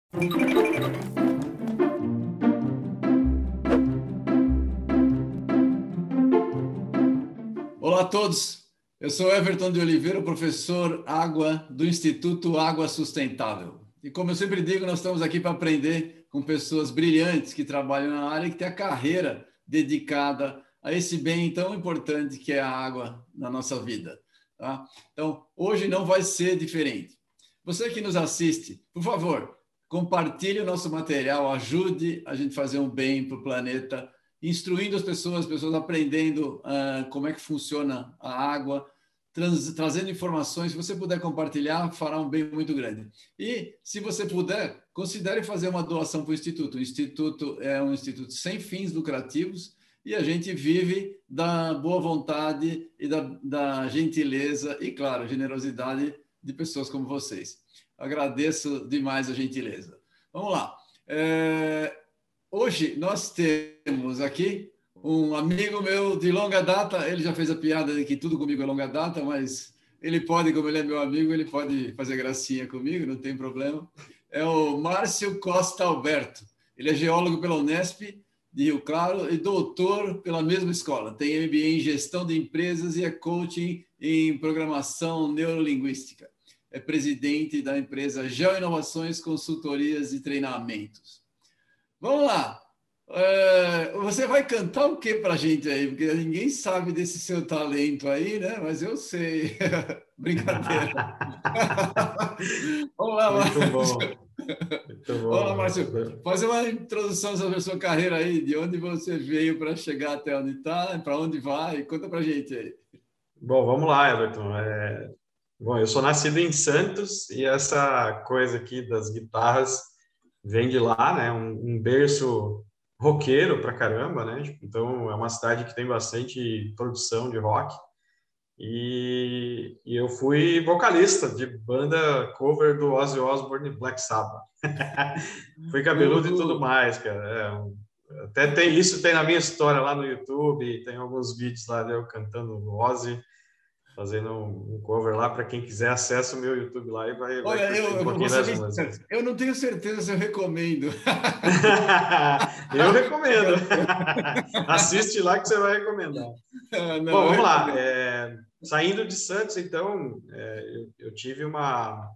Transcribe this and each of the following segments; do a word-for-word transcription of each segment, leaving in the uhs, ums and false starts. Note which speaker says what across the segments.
Speaker 1: Olá a todos, eu sou Everton de Oliveira, professor Água do Instituto Água Sustentável. E como eu sempre digo, nós estamos aqui para aprender com pessoas brilhantes que trabalham na área e que têm a carreira dedicada a esse bem tão importante que é a água na nossa vida. Tá? Então, hoje não vai ser diferente. Você que nos assiste, por favor, compartilhe o nosso material, ajude a gente a fazer um bem para o planeta, instruindo as pessoas, as pessoas aprendendo uh, como é que funciona a água, trans, trazendo informações. Se você puder compartilhar, fará um bem muito grande. E, se você puder, considere fazer uma doação para o Instituto. O Instituto é um instituto sem fins lucrativos e a gente vive da boa vontade e da, da gentileza e, claro, generosidade de pessoas como vocês. Agradeço demais a gentileza. Vamos lá. É... Hoje nós temos aqui um amigo meu de longa data. Ele já fez a piada de que tudo comigo é longa data, mas ele pode, como ele é meu amigo, ele pode fazer gracinha comigo, não tem problema. É o Márcio Costa Alberto. Ele é geólogo pela Unesp de Rio Claro e doutor pela mesma escola. Tem M B A em gestão de empresas e é coaching em programação neurolinguística. É presidente da empresa Geoinovações, Consultorias e Treinamentos. Vamos lá. É, você vai cantar o que para a gente aí? Porque ninguém sabe desse seu talento aí, né? Mas eu sei. Brincadeira. Vamos lá,
Speaker 2: Muito
Speaker 1: Márcio.
Speaker 2: bom. Muito bom.
Speaker 1: Vamos lá, Márcio. Faz uma introdução sobre a sua carreira aí, de onde você veio para chegar até onde está, para onde vai. Conta para a gente aí.
Speaker 2: Bom, vamos lá, Everton. É... Bom, eu sou nascido em Santos e essa coisa aqui das guitarras vem de lá, né? Um, um berço roqueiro pra caramba, né? Então, é uma cidade que tem bastante produção de rock. E, e eu fui vocalista de banda cover do Ozzy Osbourne e Black Sabbath. Fui cabeludo uhum. E tudo mais, cara. É, até tem isso, tem na minha história lá no YouTube, tem alguns vídeos lá de eu cantando o Ozzy, fazendo um cover lá. Para quem quiser, acessa o meu YouTube lá e vai,
Speaker 1: Olha,
Speaker 2: vai
Speaker 1: eu,
Speaker 2: um pouquinho das músicas.
Speaker 1: Eu não tenho certeza se eu recomendo.
Speaker 2: Eu recomendo. Assiste lá que você vai recomendar. Não, Bom, vamos lá. É, saindo de Santos, então, é, eu, eu tive uma,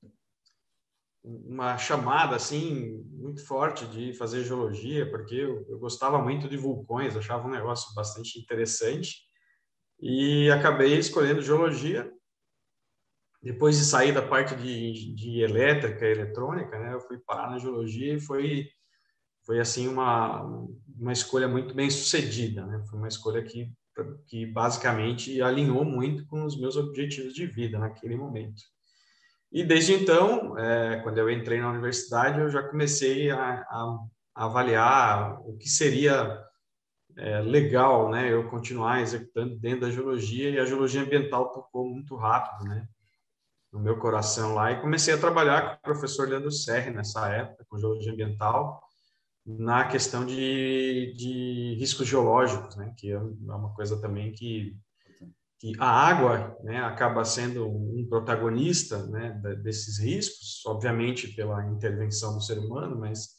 Speaker 2: uma chamada assim, muito forte de fazer geologia, porque eu, eu gostava muito de vulcões, achava um negócio bastante interessante. E acabei escolhendo geologia. Depois de sair da parte de, de elétrica e eletrônica, né, eu fui parar na geologia e foi, foi assim, uma, uma escolha muito bem sucedida, né? Foi uma escolha que, que basicamente alinhou muito com os meus objetivos de vida naquele momento. E desde então, é, quando eu entrei na universidade, eu já comecei a, a, a avaliar o que seria É, legal, né, eu continuar executando dentro da geologia, e a geologia ambiental tocou muito rápido, né, no meu coração lá, e comecei a trabalhar com o professor Leandro Serri nessa época, com geologia ambiental, na questão de, de riscos geológicos, né, que é uma coisa também que, que a água, né, acaba sendo um protagonista, né, desses riscos, obviamente pela intervenção do ser humano, mas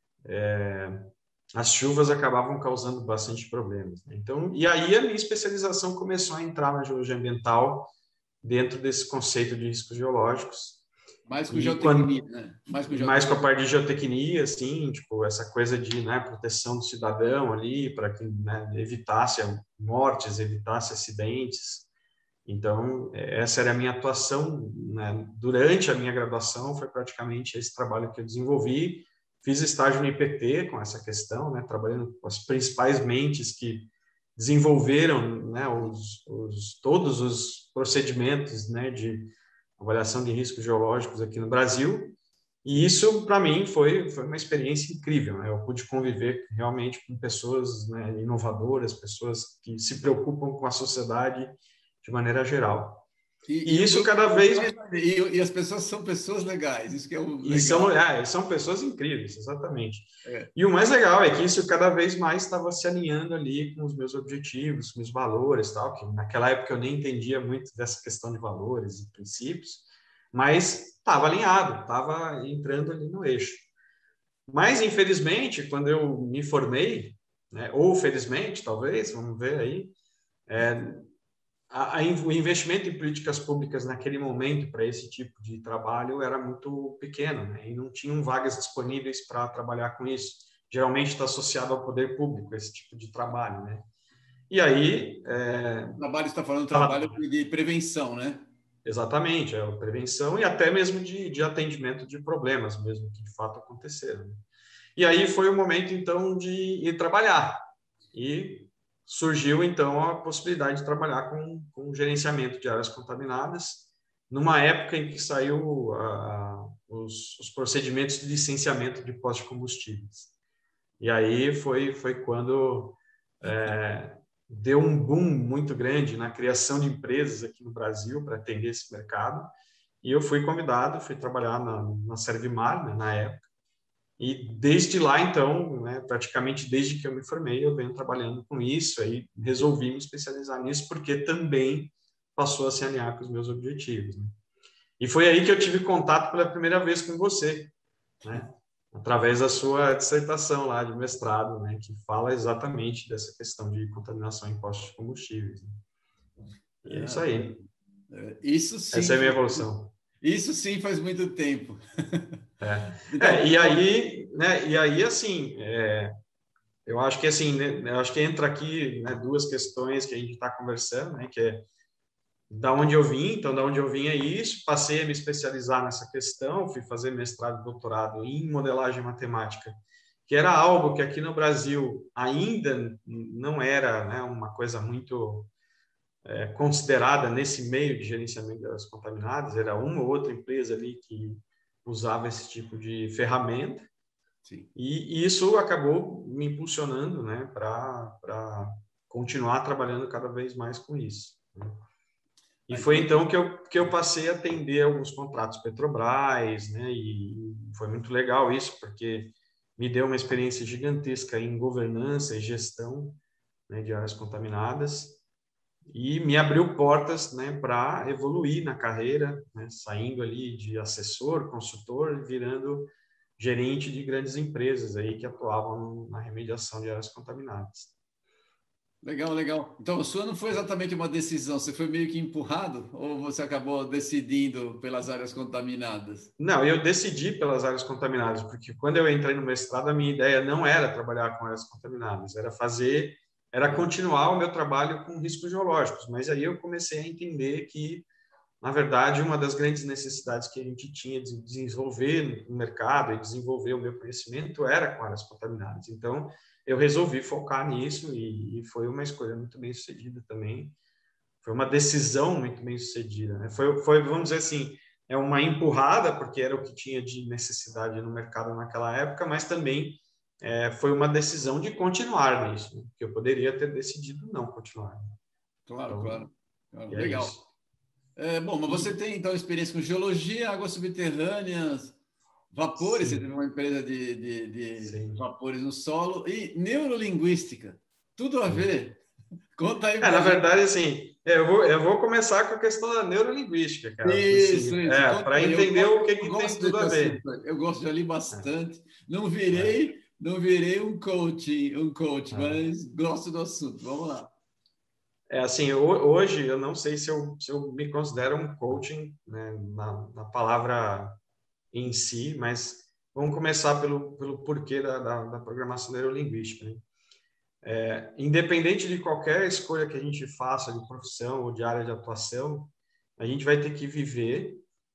Speaker 2: é, as chuvas acabavam causando bastante problemas. Né? Então, e aí a minha especialização começou a entrar na geologia ambiental dentro desse conceito de riscos geológicos.
Speaker 1: Mais com geotecnia,
Speaker 2: quando,
Speaker 1: né?
Speaker 2: Mais com, mais com a parte de geotecnia, assim, tipo, essa coisa de, né, proteção do cidadão ali, para que, né, evitasse mortes, evitasse acidentes. Então, essa era a minha atuação, né? Durante a minha graduação, foi praticamente esse trabalho que eu desenvolvi. Fiz estágio no I P T com essa questão, né, trabalhando com as principais mentes que desenvolveram, né, os, os, todos os procedimentos, né, de avaliação de riscos geológicos aqui no Brasil. E isso, para mim, foi, foi uma experiência incrível. Né? Eu pude conviver realmente com pessoas, né, inovadoras, pessoas que se preocupam com a sociedade de maneira geral. E, e isso cada vez...
Speaker 1: E, e as pessoas são pessoas legais, isso que é o legal.
Speaker 2: E são, é, são pessoas incríveis, exatamente. É. E o mais legal é que isso cada vez mais estava se alinhando ali com os meus objetivos, com os valores, tal, que naquela época eu nem entendia muito dessa questão de valores e princípios, mas estava alinhado, estava entrando ali no eixo. Mas, infelizmente, quando eu me formei, né, ou felizmente, talvez, vamos ver aí, é, a, a, o investimento em políticas públicas naquele momento para esse tipo de trabalho era muito pequeno, né, e não tinham vagas disponíveis para trabalhar com isso. Geralmente está associado ao poder público, esse tipo de trabalho, né? E aí... É,
Speaker 1: o trabalho, você está falando de trabalho de prevenção, né?
Speaker 2: Exatamente, é a prevenção e até mesmo de, de atendimento de problemas mesmo que de fato aconteceram. E aí foi o momento, então, de ir trabalhar. E surgiu, então, a possibilidade de trabalhar com, com gerenciamento de áreas contaminadas, numa época em que saiu uh, os, os procedimentos de licenciamento de postos de combustíveis. E aí foi, foi quando é, deu um boom muito grande na criação de empresas aqui no Brasil para atender esse mercado. E eu fui convidado, fui trabalhar na, na Servimar, né, na época. E desde lá, então, né, praticamente desde que eu me formei, eu venho trabalhando com isso, aí resolvi me especializar nisso, porque também passou a se alinhar com os meus objetivos. Né? E foi aí que eu tive contato pela primeira vez com você, né? Através da sua dissertação lá de mestrado, né, que fala exatamente dessa questão de contaminação em postos de combustíveis. Né? E é isso aí.
Speaker 1: Isso sim.
Speaker 2: Essa é a minha evolução.
Speaker 1: Isso sim faz muito tempo.
Speaker 2: É.
Speaker 1: Então,
Speaker 2: é, e aí, né, e aí assim, é, eu acho que assim, né, eu acho que entra aqui, né, duas questões que a gente está conversando, né, que é da onde eu vim, então da onde eu vim é isso, passei a me especializar nessa questão, fui fazer mestrado e doutorado em modelagem matemática, que era algo que aqui no Brasil ainda não era, né, uma coisa muito é, considerada nesse meio de gerenciamento de áreas contaminadas, era uma ou outra empresa ali que usava esse tipo de ferramenta. Sim. E, e isso acabou me impulsionando, né, para continuar trabalhando cada vez mais com isso. Né? E foi então que eu, que eu passei a atender alguns contratos Petrobras, né, e foi muito legal isso, porque me deu uma experiência gigantesca em governança e gestão, né, de áreas contaminadas, e me abriu portas, né, para evoluir na carreira, né, saindo ali de assessor, consultor, virando gerente de grandes empresas aí que atuavam na remediação de áreas contaminadas.
Speaker 1: Legal, legal. Então, a sua não foi exatamente uma decisão, você foi meio que empurrado ou você acabou decidindo pelas áreas contaminadas?
Speaker 2: Não, eu decidi pelas áreas contaminadas, porque quando eu entrei no mestrado, a minha ideia não era trabalhar com áreas contaminadas, era fazer, era continuar o meu trabalho com riscos geológicos, mas aí eu comecei a entender que, na verdade, uma das grandes necessidades que a gente tinha de desenvolver no mercado e desenvolver o meu conhecimento era com áreas contaminadas. Então, eu resolvi focar nisso e, e foi uma escolha muito bem sucedida também. Foi uma decisão muito bem sucedida. Né? Foi, foi, vamos dizer assim, é uma empurrada, porque era o que tinha de necessidade no mercado naquela época, mas também é, foi uma decisão de continuar nisso, né? Que eu poderia ter decidido não continuar.
Speaker 1: Claro, então, claro. claro.
Speaker 2: É
Speaker 1: Legal.
Speaker 2: isso.
Speaker 1: É, bom, mas você tem, então, experiência com geologia, águas subterrâneas, vapores, Sim. Você teve uma empresa de, de, de vapores no solo, e neurolinguística. Tudo a Sim. ver. Conta aí.
Speaker 2: É, na verdade, assim, eu vou, eu vou começar com a questão da neurolinguística, cara.
Speaker 1: Isso,
Speaker 2: assim,
Speaker 1: isso.
Speaker 2: É, para entender eu, o que, que tem tudo a ver.
Speaker 1: Assunto. Eu gosto de ali bastante. É. Não virei, é. não virei um coach, um coach, é. mas gosto do assunto. Vamos lá.
Speaker 2: É assim, hoje eu não sei se eu, se eu me considero um coaching, né, na, na palavra em si, mas vamos começar pelo, pelo porquê da, da, da programação neurolinguística. Né? É, independente de qualquer escolha que a gente faça de profissão ou de área de atuação, a gente vai ter que viver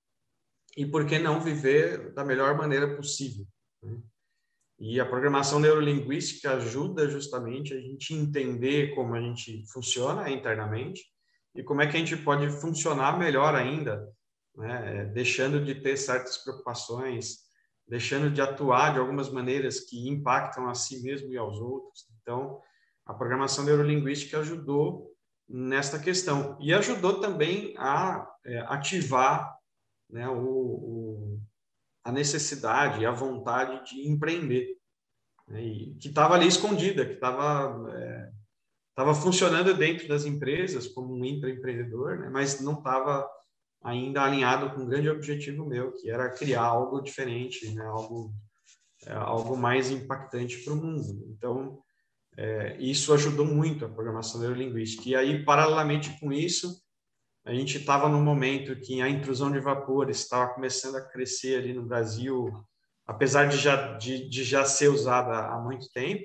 Speaker 2: e por que não viver da melhor maneira possível. Né? E a programação neurolinguística ajuda justamente a gente entender como a gente funciona internamente e como é que a gente pode funcionar melhor ainda, né? Deixando de ter certas preocupações, deixando de atuar de algumas maneiras que impactam a si mesmo e aos outros. Então, a programação neurolinguística ajudou nesta questão e ajudou também a é, ativar, né, o, o, a necessidade e a vontade de empreender, né, e que estava ali escondida, que estava é, estava funcionando dentro das empresas como um intraempreendedor, né, mas não estava ainda alinhado com um grande objetivo meu, que era criar algo diferente, né? Algo, é, algo mais impactante para o mundo. Então, é, isso ajudou muito a programação neurolinguística. E aí, paralelamente com isso, a gente estava num momento que a intrusão de vapores estava começando a crescer ali no Brasil, apesar de já, de, de já ser usada há muito tempo,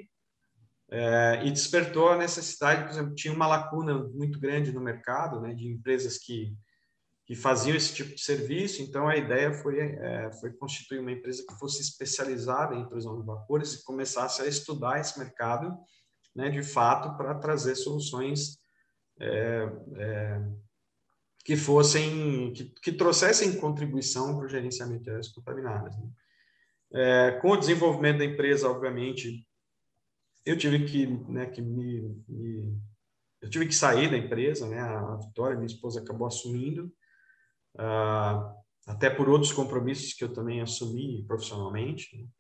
Speaker 2: é, e despertou a necessidade, por exemplo, tinha uma lacuna muito grande no mercado, né, de empresas que, que faziam esse tipo de serviço, então a ideia foi, é, foi constituir uma empresa que fosse especializada em intrusão de vapores e começasse a estudar esse mercado, né, de fato, para trazer soluções é, é, que fossem, que, que trouxessem contribuição para o gerenciamento de áreas contaminadas. Né? É, com o desenvolvimento da empresa, obviamente, eu tive que, né, que me, me, eu tive que sair da empresa, né? A Vitória, minha esposa, acabou assumindo, uh, até por outros compromissos que eu também assumi profissionalmente. Né?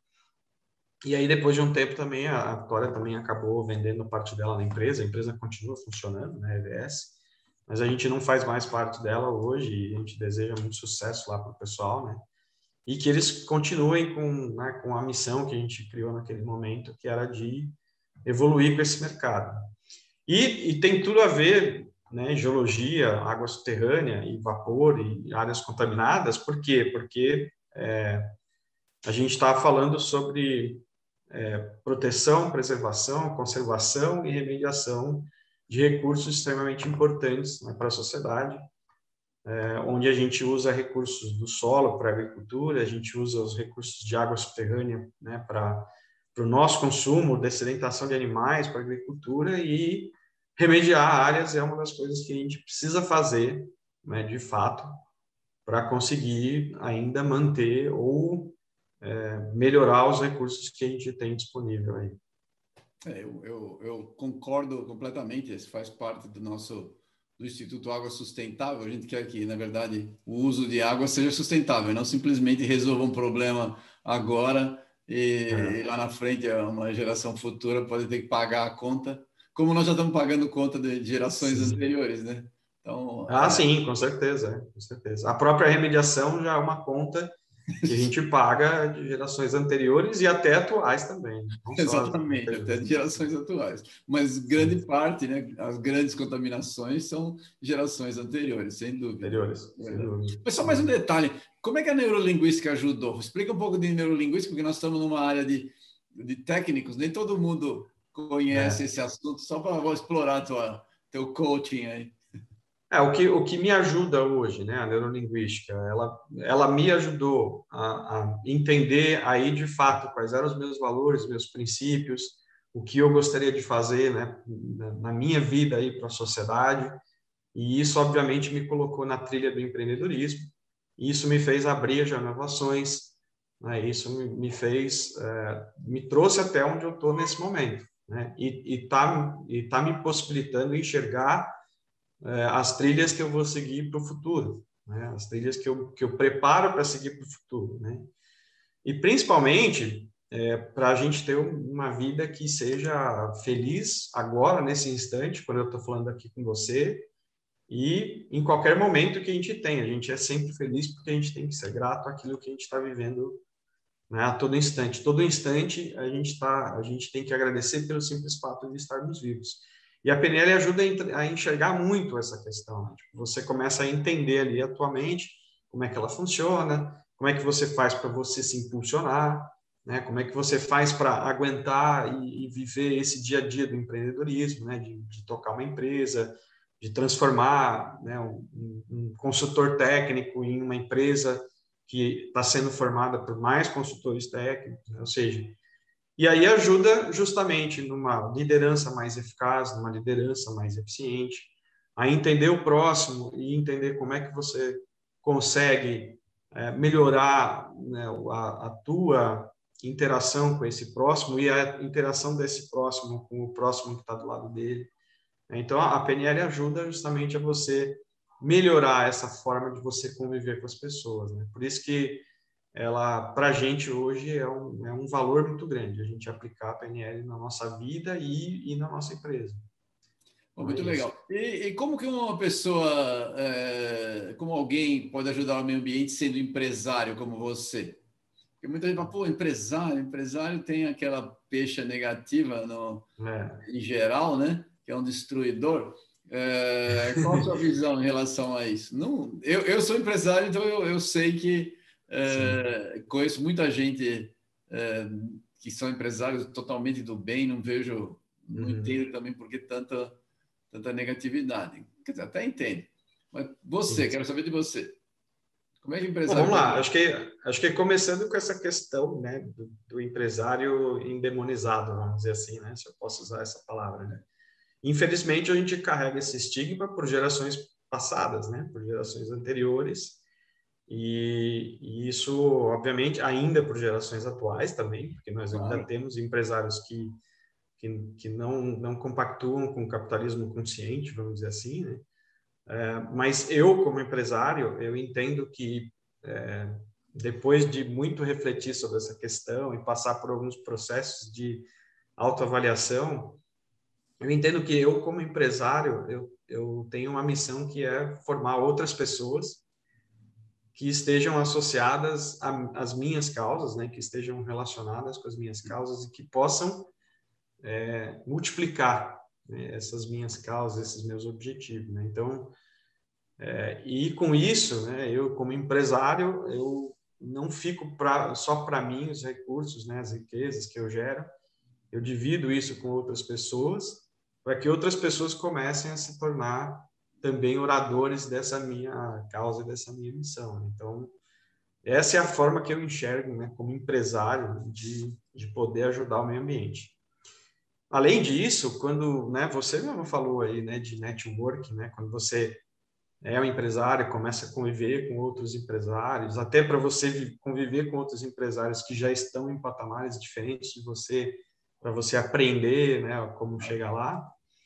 Speaker 2: E aí, depois de um tempo também, a, a Vitória também acabou vendendo parte dela na empresa. A empresa continua funcionando, né? E V S, mas a gente não faz mais parte dela hoje e a gente deseja muito sucesso lá para o pessoal, né? E que eles continuem com, né, com a missão que a gente criou naquele momento, que era de evoluir com esse mercado. E, e tem tudo a ver, né, geologia, água subterrânea e vapor e áreas contaminadas. Por quê? Porque é, a gente está falando sobre é, proteção, preservação, conservação e remediação de recursos extremamente importantes, né, para a sociedade, é, onde a gente usa recursos do solo para a agricultura, a gente usa os recursos de água subterrânea, né, para o nosso consumo, dessedentação de animais para a agricultura, e remediar áreas é uma das coisas que a gente precisa fazer, né, de fato, para conseguir ainda manter ou é, melhorar os recursos que a gente tem disponível aí.
Speaker 1: É, eu, eu, eu concordo completamente, isso faz parte do nosso do Instituto Água Sustentável. A gente quer que, na verdade, o uso de água seja sustentável, não simplesmente resolva um problema agora e,
Speaker 2: É.
Speaker 1: e lá na frente uma geração futura pode ter que pagar a conta, como nós já estamos pagando conta de gerações
Speaker 2: Sim.
Speaker 1: anteriores, né? Então,
Speaker 2: Ah,
Speaker 1: é...
Speaker 2: sim, com certeza, com certeza. A própria remediação já é uma conta que a gente paga de gerações anteriores e até atuais também, não só as
Speaker 1: Exatamente, até
Speaker 2: anteriores.
Speaker 1: de gerações atuais. Mas grande
Speaker 2: Sim,
Speaker 1: parte, né, as grandes contaminações são gerações anteriores, sem dúvida.
Speaker 2: anteriores,
Speaker 1: É
Speaker 2: sem
Speaker 1: verdade.
Speaker 2: dúvida.
Speaker 1: Mas só
Speaker 2: Sem
Speaker 1: mais um
Speaker 2: dúvida.
Speaker 1: detalhe, como é que a neurolinguística ajudou? Explica um pouco de neurolinguística, porque nós estamos numa área de, de técnicos, nem todo mundo conhece
Speaker 2: É.
Speaker 1: esse assunto, só para explorar tua, teu coaching aí.
Speaker 2: É, o que, o que me ajuda hoje, né, a neurolinguística, ela, ela me ajudou a, a entender aí, de fato, quais eram os meus valores, meus princípios, o que eu gostaria de fazer, né, na minha vida aí para a sociedade, e isso, obviamente, me colocou na trilha do empreendedorismo, e isso me fez abrir já inovações, né, isso me, me fez, é, me trouxe até onde eu estou nesse momento, né, e está e tá me possibilitando enxergar as trilhas que eu vou seguir para o futuro, né? As trilhas que eu, que eu preparo para seguir para o futuro, né? E principalmente é, para a gente ter uma vida que seja feliz agora, nesse instante, quando eu estou falando aqui com você, e em qualquer momento que a gente tem. A gente é sempre feliz porque a gente tem que ser grato àquilo que a gente está vivendo, né, a todo instante. Todo instante a gente, tá, a gente tem que agradecer pelo simples fato de estarmos vivos. E a P N L ajuda a enxergar muito essa questão. Né? Tipo, você começa a entender ali a tua mente, como é que ela funciona, como é que você faz para você se impulsionar, né? Como é que você faz para aguentar e, e viver esse dia a dia do empreendedorismo, né? de, de tocar uma empresa, de transformar, né, um, um consultor técnico em uma empresa que está sendo formada por mais consultores técnicos, né? Ou seja, e aí ajuda justamente numa liderança mais eficaz, numa liderança mais eficiente, a entender o próximo e entender como é que você consegue é, melhorar, né, a, a tua interação com esse próximo e a interação desse próximo com o próximo que está do lado dele. Então, a P N L ajuda justamente a você melhorar essa forma de você conviver com as pessoas, né? Por isso que ela, para a gente hoje, é um, é um valor muito grande, a gente aplicar a P N L na nossa vida e, e na nossa empresa.
Speaker 1: Pô, muito legal. E, e como que uma pessoa, é, como alguém pode ajudar o meio ambiente sendo empresário como você? Porque muita gente fala, pô, empresário, empresário tem aquela pecha negativa no,
Speaker 2: É.
Speaker 1: em geral, né? Que é um destruidor. É, qual a sua visão em relação a isso? Não, eu, eu sou empresário, então eu, eu sei que é, conheço muita gente é, que são empresários totalmente do bem, não vejo, não
Speaker 2: Uhum.
Speaker 1: entendo também por que tanta, tanta negatividade. Quer dizer, até entendo. Mas você,
Speaker 2: Sim.
Speaker 1: quero saber de você. Como é que o
Speaker 2: Bom,
Speaker 1: empresário...
Speaker 2: vamos lá, acho que, acho que começando com essa questão, né, do, do empresário endemonizado, vamos dizer assim, né, se eu posso usar essa palavra, né? Infelizmente, a gente carrega esse estigma por gerações passadas, né, por gerações anteriores, e, e isso, obviamente, ainda por gerações atuais também, porque nós ainda
Speaker 1: Claro.
Speaker 2: temos empresários que, que, que não, não compactuam com o capitalismo consciente, vamos dizer assim, né? É, mas eu, como empresário, eu entendo que é, depois de muito refletir sobre essa questão e passar por alguns processos de autoavaliação, eu entendo que eu, como empresário, eu, eu tenho uma missão que é formar outras pessoas que estejam associadas às minhas causas, né, que estejam relacionadas com as minhas causas e que possam é, multiplicar, né, essas minhas causas, esses meus objetivos, né? Então, é, e com isso, né, eu como empresário, eu não fico pra, só para mim os recursos, né, as riquezas que eu gero, eu divido isso com outras pessoas, para que outras pessoas comecem a se tornar também oradores dessa minha causa, dessa minha missão. Então, essa é a forma que eu enxergo, né, como empresário, de, de poder ajudar o meio ambiente. Além disso, quando, né, você mesmo falou aí, né, de network, né, quando você é um empresário, começa a conviver com outros empresários, até para você conviver com outros empresários que já estão em patamares diferentes de você, para você aprender, né, como chegar lá.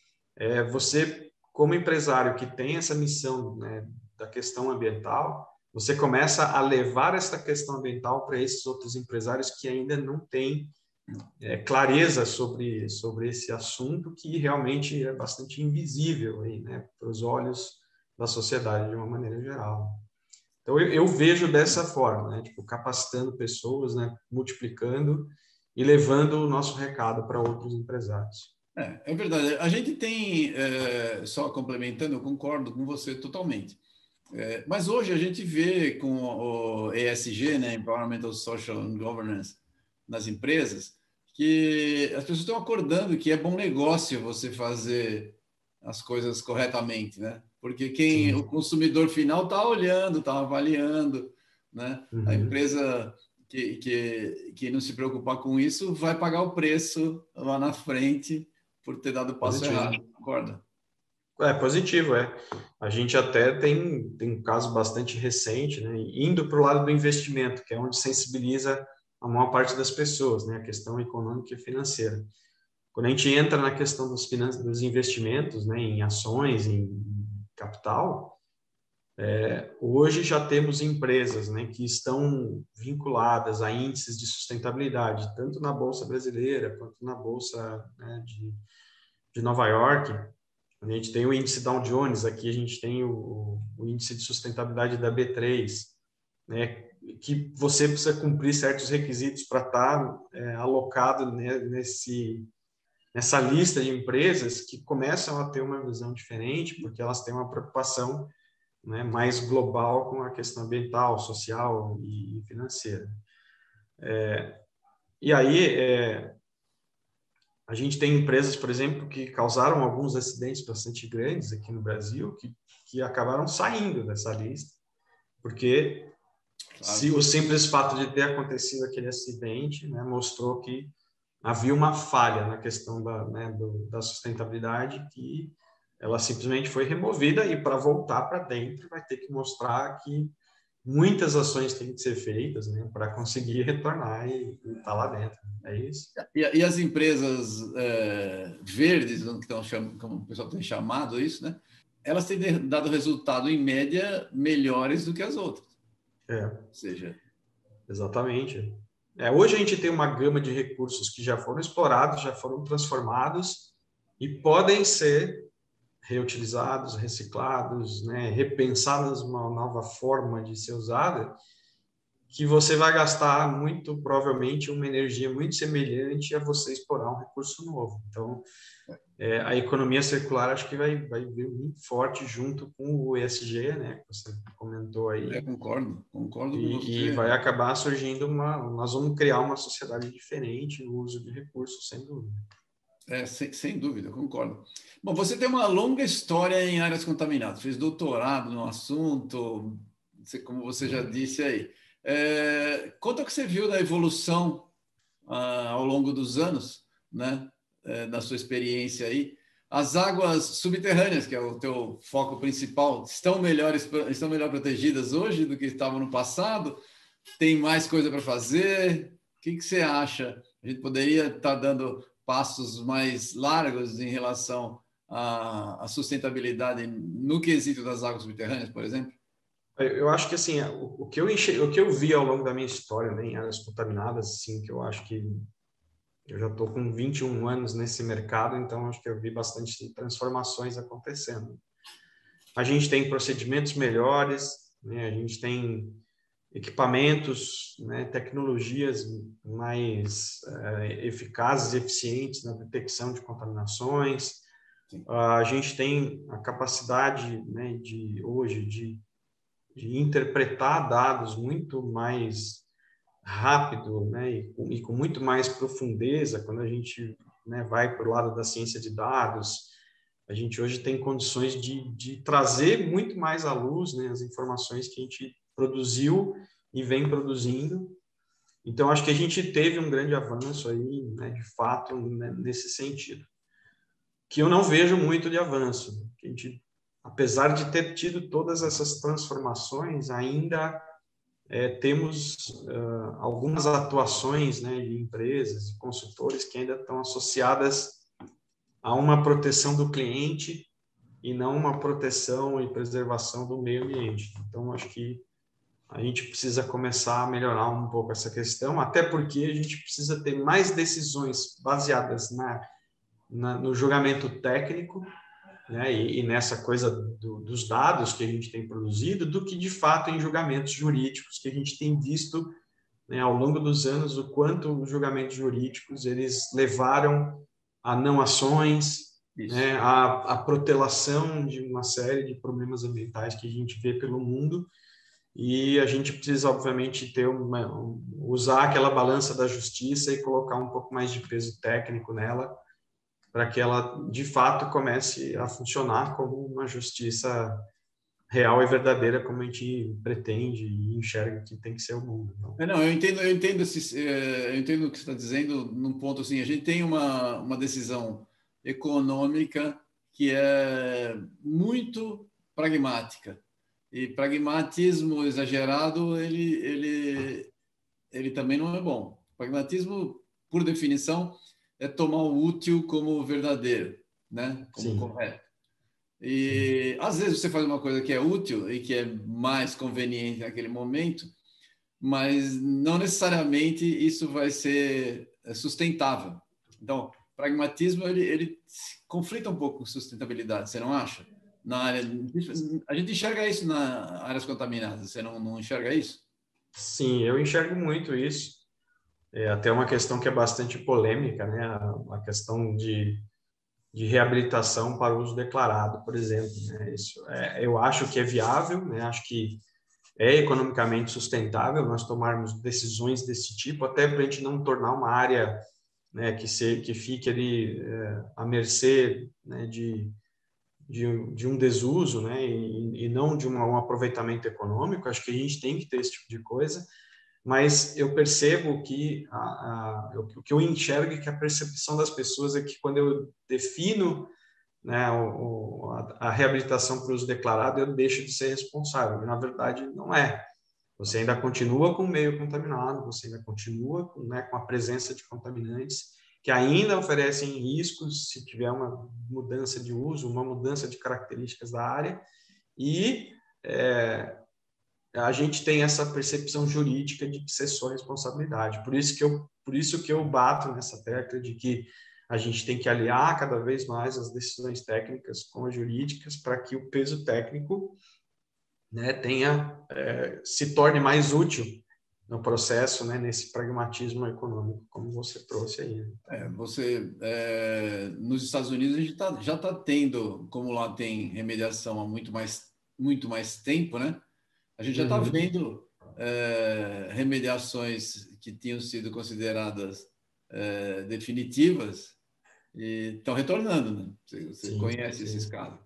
Speaker 2: É, você, como empresário que tem essa missão, né, da questão ambiental, você começa a levar essa questão ambiental para esses outros empresários que ainda não têm é, clareza sobre, sobre esse assunto, que realmente é bastante invisível aí, né, para os olhos da sociedade de uma maneira geral. Então, eu, eu vejo dessa forma, né, tipo, capacitando pessoas, né, multiplicando e levando o nosso recado para outros empresários.
Speaker 1: É, é verdade. A gente tem, é, só complementando, eu concordo com você totalmente. É, mas hoje a gente vê com o E S G, né, Environmental, Social and Governance, nas empresas, que as pessoas estão acordando que é bom negócio você fazer as coisas corretamente, né? Porque quem, o
Speaker 2: Sim.
Speaker 1: consumidor final está olhando, está avaliando, né? A
Speaker 2: Uhum.
Speaker 1: empresa que, que, que não se preocupar com isso vai pagar o preço lá na frente por ter dado o passo
Speaker 2: Positivo.
Speaker 1: errado, concorda?
Speaker 2: É positivo, é. A gente até tem, tem um caso bastante recente, né, indo para o lado do investimento, que é onde sensibiliza a maior parte das pessoas, né, a questão econômica e financeira. Quando a gente entra na questão dos, finan- dos investimentos, né, em ações, em capital, é, hoje já temos empresas, né, que estão vinculadas a índices de sustentabilidade, tanto na Bolsa Brasileira quanto na Bolsa, né, de, de Nova York. A gente tem o índice Dow Jones, aqui a gente tem o, o índice de sustentabilidade da B três, né, que você precisa cumprir certos requisitos para estar é, alocado, né, nesse, nessa lista de empresas que começam a ter uma visão diferente, porque elas têm uma preocupação, né, mais global com a questão ambiental, social e financeira. É, e aí, é, a gente tem empresas, por exemplo, que causaram alguns acidentes bastante grandes aqui no Brasil, que, que acabaram saindo dessa lista, porque
Speaker 1: Claro.
Speaker 2: se o simples fato de ter acontecido aquele acidente, né, mostrou que havia uma falha na questão da, né, do, da sustentabilidade, que ela simplesmente foi removida, e para voltar para dentro vai ter que mostrar que muitas ações têm que ser feitas, né, para conseguir retornar e estar tá lá dentro. É isso.
Speaker 1: E, e as empresas é, verdes, que estão chamando, como o pessoal tem chamado isso, né? Elas têm dado resultado, em média, melhores do que as outras.
Speaker 2: É.
Speaker 1: Ou seja...
Speaker 2: Exatamente. É, hoje a gente tem uma gama de recursos que já foram explorados, já foram transformados e podem ser reutilizados, reciclados, né, repensadas uma nova forma de ser usada, que você vai gastar muito provavelmente uma energia muito semelhante a você explorar um recurso novo. Então, é, a economia circular acho que vai, vai vir muito forte junto com o E S G, né, que você comentou aí.
Speaker 1: É, concordo, concordo com
Speaker 2: E, e
Speaker 1: você.
Speaker 2: vai acabar surgindo uma... Nós vamos criar uma sociedade diferente no uso de recursos, sem dúvida.
Speaker 1: É, sem, sem dúvida, concordo. Bom, você tem uma longa história em áreas contaminadas, fez doutorado no assunto, como você já disse aí. É, conta o que você viu da evolução ah, ao longo dos anos, né? É, na sua experiência aí. As águas subterrâneas, que é o teu foco principal, estão melhores, estão melhor protegidas hoje do que estavam no passado? Tem mais coisa para fazer? O que, que você acha? A gente poderia estar dando passos mais largos em relação à, à sustentabilidade no quesito das águas subterrâneas, por exemplo?
Speaker 2: Eu acho que assim, o, o que eu enche, o que eu vi ao longo da minha história, né, em áreas contaminadas, assim, que eu acho que eu já estou com vinte e um anos nesse mercado, então acho que eu vi bastante transformações acontecendo. A gente tem procedimentos melhores, né, a gente tem equipamentos, né, tecnologias mais é, eficazes e eficientes na detecção de contaminações. Sim. A gente tem a capacidade, né, de hoje de, de interpretar dados muito mais rápido, né, e com, e com muito mais profundeza quando a gente, né, vai para o lado da ciência de dados. A gente hoje tem condições de, de trazer muito mais à luz, né, as informações que a gente produziu e vem produzindo. Então, acho que a gente teve um grande avanço aí, né, de fato, né, nesse sentido. Que eu não vejo muito de avanço. Que a gente, apesar de ter tido todas essas transformações, ainda é, temos uh, algumas atuações, né, de empresas e consultores que ainda estão associadas a uma proteção do cliente e não uma proteção e preservação do meio ambiente. Então, acho que a gente precisa começar a melhorar um pouco essa questão, até porque a gente precisa ter mais decisões baseadas na, na no julgamento técnico, né, e, e nessa coisa do, dos dados que a gente tem produzido, do que de fato em julgamentos jurídicos que a gente tem visto, né, ao longo dos anos, o quanto os julgamentos jurídicos eles levaram a não ações, né, a, a protelação de uma série de problemas ambientais que a gente vê pelo mundo. E a gente precisa, obviamente, ter uma, usar aquela balança da justiça e colocar um pouco mais de peso técnico nela, para que ela, de fato, comece a funcionar como uma justiça real e verdadeira, como a gente pretende e enxerga que tem que ser o mundo. Então...
Speaker 1: É, não, eu entendo, eu entendo, esse, eu entendo o que você está dizendo num ponto assim, a gente tem uma, uma decisão econômica que é muito pragmática. E pragmatismo exagerado, ele, ele, ele também não é bom. Pragmatismo, por definição, é tomar o útil como verdadeiro, né? Como
Speaker 2: Sim.
Speaker 1: correto. E Sim. Às vezes você faz uma coisa que é útil e que é mais conveniente naquele momento, mas não necessariamente isso vai ser sustentável. Então, pragmatismo ele, ele conflita um pouco com sustentabilidade, você não acha? Na área, a gente enxerga isso nas áreas contaminadas, você não, não enxerga isso?
Speaker 2: Sim, eu enxergo muito isso. É até uma questão que é bastante polêmica, né? A, a questão de, de reabilitação para uso declarado, por exemplo. Né? Isso é, eu acho que é viável, né? Acho que é economicamente sustentável nós tomarmos decisões desse tipo, até para a gente não tornar uma área, né, que, se, que fique ali é, à mercê, né, de, de, de um desuso, né, e, e não de uma, um aproveitamento econômico. Acho que a gente tem que ter esse tipo de coisa, mas eu percebo que a, a, o que eu enxergo é que a percepção das pessoas é que quando eu defino, né, o, a, a reabilitação para uso declarado, eu deixo de ser responsável. Na verdade, não é. Você ainda continua com o meio contaminado, você ainda continua com, né, com a presença de contaminantes que ainda oferecem riscos se tiver uma mudança de uso, uma mudança de características da área, e é, a gente tem essa percepção jurídica de que ser sua responsabilidade. Por isso que eu, por isso que eu bato nessa tecla de que a gente tem que aliar cada vez mais as decisões técnicas com as jurídicas para que o peso técnico, né, tenha, é, se torne mais útil no processo, né, nesse pragmatismo econômico, como você trouxe aí. Né?
Speaker 1: É, você, é, nos Estados Unidos, a gente tá, já está tendo, como lá tem remediação há muito mais, muito mais tempo, né? A gente já está
Speaker 2: Uhum.
Speaker 1: vendo é, remediações que tinham sido consideradas é, definitivas e estão retornando, né? Você, você
Speaker 2: Sim,
Speaker 1: conhece
Speaker 2: sim.
Speaker 1: esses casos?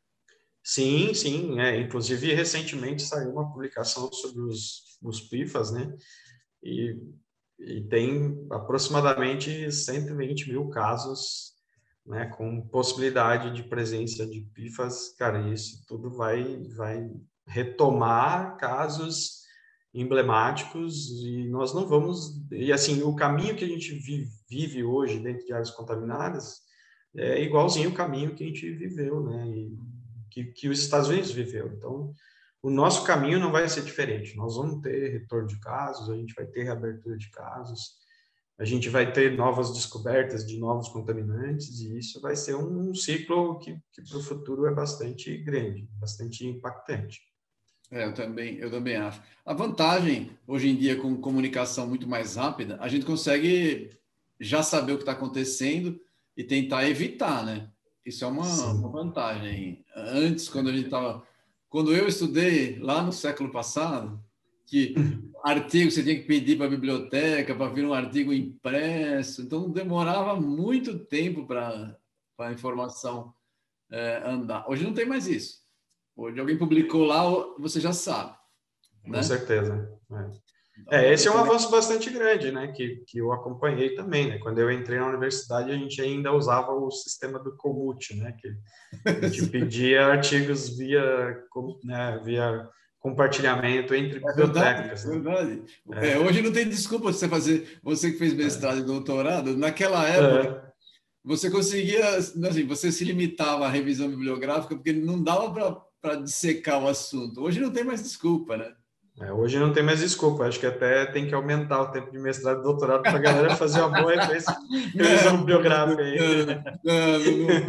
Speaker 2: Sim, sim. É. Inclusive, recentemente saiu uma publicação sobre os, os P I F As, né? E, e tem aproximadamente cento e vinte mil casos, né, com possibilidade de presença de P I F As. Cara, isso tudo vai, vai retomar casos emblemáticos e nós não vamos... E, assim, o caminho que a gente vive, vive hoje dentro de áreas contaminadas é igualzinho o caminho que a gente viveu, né? E que, que os Estados Unidos viveu. Então, o nosso caminho não vai ser diferente. Nós vamos ter retorno de casos, a gente vai ter reabertura de casos, a gente vai ter novas descobertas de novos contaminantes, e isso vai ser um, um ciclo que, que para o futuro é bastante grande, bastante impactante.
Speaker 1: É, eu também, eu também acho. A vantagem, hoje em dia, com comunicação muito mais rápida, a gente consegue já saber o que está acontecendo e tentar evitar, né? Isso é uma, uma vantagem. Antes, quando a gente estava... Quando eu estudei, lá no século passado, que artigo você tinha que pedir para a biblioteca, para vir um artigo impresso, então demorava muito tempo para a informação é, andar. Hoje não tem mais isso. Hoje alguém publicou lá, você já sabe, né?
Speaker 2: Com certeza. É.
Speaker 1: Então,
Speaker 2: É, esse é um
Speaker 1: também...
Speaker 2: avanço bastante grande, né, que, que eu acompanhei também, né, quando eu entrei na universidade a gente ainda usava o sistema do Comute, né, que a gente pedia artigos via, né, via compartilhamento entre
Speaker 1: É verdade,
Speaker 2: bibliotecas,
Speaker 1: é
Speaker 2: né?
Speaker 1: verdade.
Speaker 2: É.
Speaker 1: É, hoje não tem desculpa de você fazer, você que fez mestrado e doutorado, naquela época,
Speaker 2: É.
Speaker 1: você conseguia, assim, você se limitava à revisão bibliográfica porque não dava para dissecar o assunto. Hoje não tem mais desculpa, né?
Speaker 2: É, hoje não tem mais desculpa, acho que até tem que aumentar o tempo de mestrado e doutorado para a galera fazer uma boa revisão bibliográfica aí.
Speaker 1: Não, não, não.